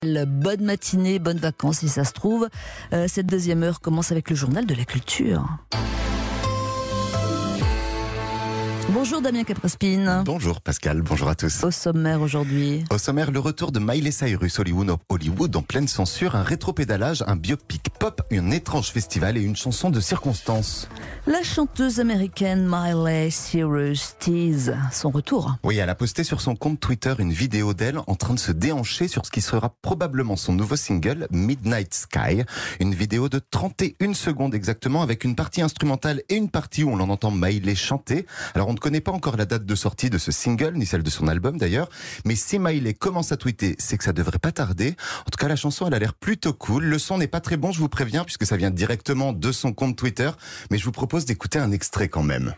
Bonne matinée, bonnes vacances si ça se trouve. Cette deuxième heure commence avec le journal de la culture. Bonjour Damien Capraspine. Bonjour Pascal, bonjour à tous. Au sommaire aujourd'hui. Au sommaire, le retour de Miley Cyrus, Hollywood en pleine censure, un rétropédalage, un biopic pop, un étrange festival et une chanson de circonstance. La chanteuse américaine Miley Cyrus tease son retour. Oui, elle a posté sur son compte Twitter une vidéo d'elle en train de se déhancher sur ce qui sera probablement son nouveau single, Midnight Sky. Une vidéo de 31 secondes exactement, avec une partie instrumentale et une partie où on en entend Miley chanter. Alors on ne connaît pas encore la date de sortie de ce single, ni celle de son album d'ailleurs, mais si Miley commence à tweeter, c'est que ça devrait pas tarder. En tout cas, la chanson, elle a l'air plutôt cool. Le son n'est pas très bon, je vous préviens, puisque ça vient directement de son compte Twitter, mais je vous propose d'écouter un extrait quand même.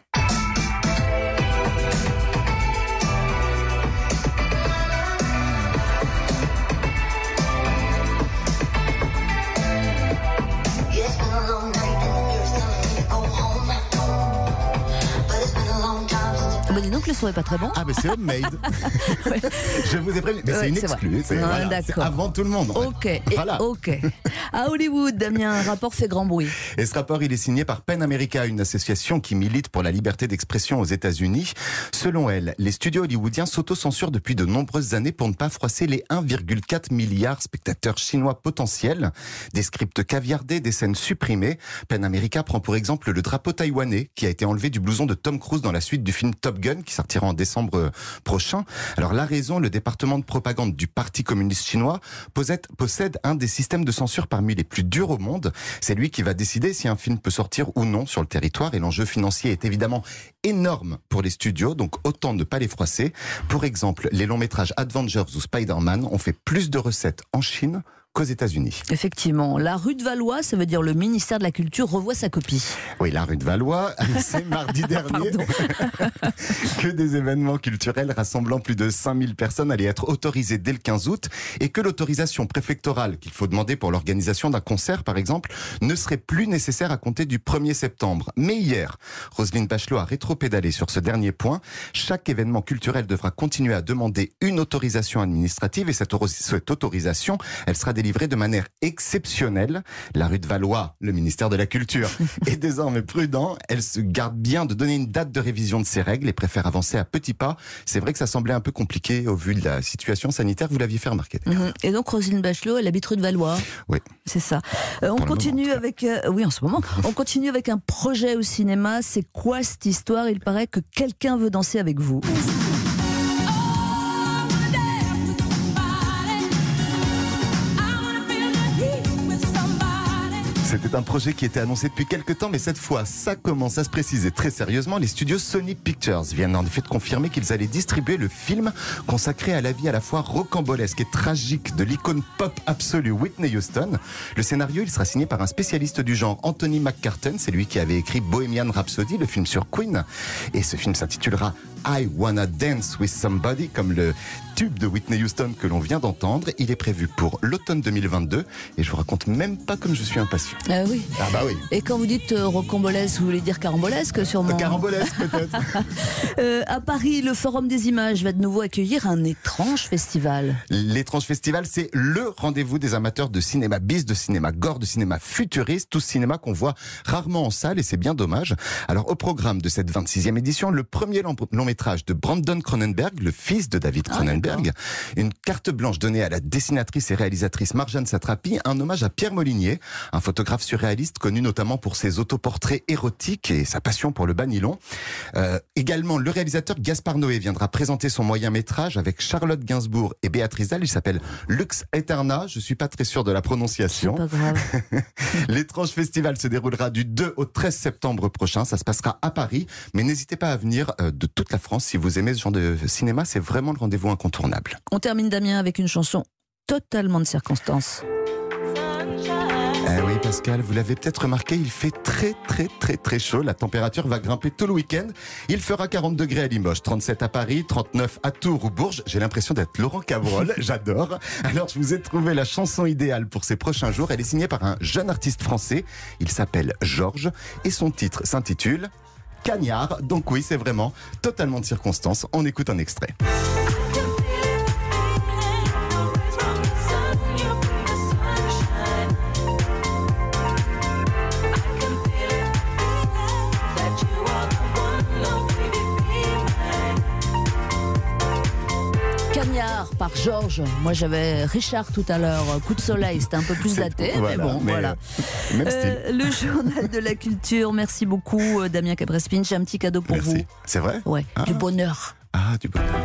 Dis donc, le son n'est pas très bon. Ah, mais c'est homemade. Ouais. Je vous ai prévenu, mais c'est une exclue. C'est avant tout le monde. Ok, voilà. Ok. À Hollywood, Damien, un rapport fait grand bruit. Et ce rapport, il est signé par PEN America, une association qui milite pour la liberté d'expression aux États-Unis. Selon elle, les studios hollywoodiens s'autocensurent depuis de nombreuses années pour ne pas froisser les 1,4 milliard spectateurs chinois potentiels. Des scripts caviardés, des scènes supprimées. PEN America prend pour exemple le drapeau taïwanais qui a été enlevé du blouson de Tom Cruise dans la suite du film Top Gun qui sortira en décembre prochain. Alors la raison, le département de propagande du Parti communiste chinois possède un des systèmes de censure parmi les plus durs au monde. C'est lui qui va décider si un film peut sortir ou non sur le territoire, et l'enjeu financier est évidemment énorme pour les studios, donc autant ne pas les froisser. Pour exemple, les longs métrages Avengers ou Spider-Man ont fait plus de recettes en Chine qu'aux États-Unis. Effectivement, la rue de Valois, ça veut dire le ministère de la Culture revoit sa copie. Oui, la rue de Valois, c'est mardi dernier que des événements culturels rassemblant plus de 5000 personnes allaient être autorisés dès le 15 août et que l'autorisation préfectorale qu'il faut demander pour l'organisation d'un concert, par exemple, ne serait plus nécessaire à compter du 1er septembre. Mais hier, Roselyne Bachelot a rétropédalé sur ce dernier point. Chaque événement culturel devra continuer à demander une autorisation administrative et cette autorisation, elle sera délivrée de manière exceptionnelle. La rue de Valois, le ministère de la Culture, est désormais prudent. Elle se garde bien de donner une date de révision de ses règles et préfère avancer à petits pas. C'est vrai que ça semblait un peu compliqué au vu de la situation sanitaire. Vous l'aviez fait remarquer. Et donc Roselyne Bachelot, elle habite rue de Valois. Oui. C'est ça. On continue avec... oui, en ce moment. On continue avec un projet au cinéma. C'est quoi cette histoire? Il paraît que quelqu'un veut danser avec vous. C'était un projet qui était annoncé depuis quelques temps, mais cette fois, ça commence à se préciser très sérieusement. Les studios Sony Pictures viennent en effet de confirmer qu'ils allaient distribuer le film consacré à la vie à la fois rocambolesque et tragique de l'icône pop absolue Whitney Houston. Le scénario, il sera signé par un spécialiste du genre, Anthony McCarten. C'est lui qui avait écrit Bohemian Rhapsody, le film sur Queen. Et ce film s'intitulera I Wanna Dance With Somebody, comme le tube de Whitney Houston que l'on vient d'entendre. Il est prévu pour l'automne 2022 et je vous raconte même pas comme je suis impatient. Oui. Ah bah oui. Et quand vous dites rocambolesque, vous voulez dire carambolesque sûrement? Carambolesque peut-être. À Paris, le Forum des Images va de nouveau accueillir un étrange festival. L'étrange festival, c'est le rendez-vous des amateurs de cinéma bis, de cinéma gore, de cinéma futuriste, tout ce cinéma qu'on voit rarement en salle et c'est bien dommage. Alors au programme de cette 26e édition, le premier long métrage de Brandon Cronenberg, le fils de David Cronenberg, une carte blanche donnée à la dessinatrice et réalisatrice Marjane Satrapi, un hommage à Pierre Molinier, un photographe surréaliste connu notamment pour ses autoportraits érotiques et sa passion pour le bas nylon. Également, le réalisateur Gaspard Noé viendra présenter son moyen métrage avec Charlotte Gainsbourg et Béatrice Dalle. Il s'appelle Lux Aeterna. Je suis pas très sûr de la prononciation. C'est pas grave. L'étrange festival se déroulera du 2 au 13 septembre prochain. Ça se passera à Paris, mais n'hésitez pas à venir de toute la France si vous aimez ce genre de cinéma. C'est vraiment le rendez-vous incontournable. On termine, Damien, avec une chanson totalement de circonstance. Oui Pascal, vous l'avez peut-être remarqué, il fait très chaud. La température va grimper tout le week-end. Il fera 40 degrés à Limoges, 37 à Paris, 39 à Tours ou Bourges. J'ai l'impression d'être Laurent Cabrol, j'adore. Alors je vous ai trouvé la chanson idéale pour ces prochains jours. Elle est signée par un jeune artiste français. Il s'appelle Georges et son titre s'intitule Cagnard. Donc oui, c'est vraiment totalement de circonstance. On écoute un extrait. Richard par Georges. Moi j'avais Richard tout à l'heure, Coup de soleil, c'était un peu plus daté, mais bon, voilà. Même style. Le journal de la culture, merci beaucoup Damien Cabrespine, j'ai un petit cadeau pour vous. Merci. C'est vrai? Ouais, du bonheur. Ah, du bonheur.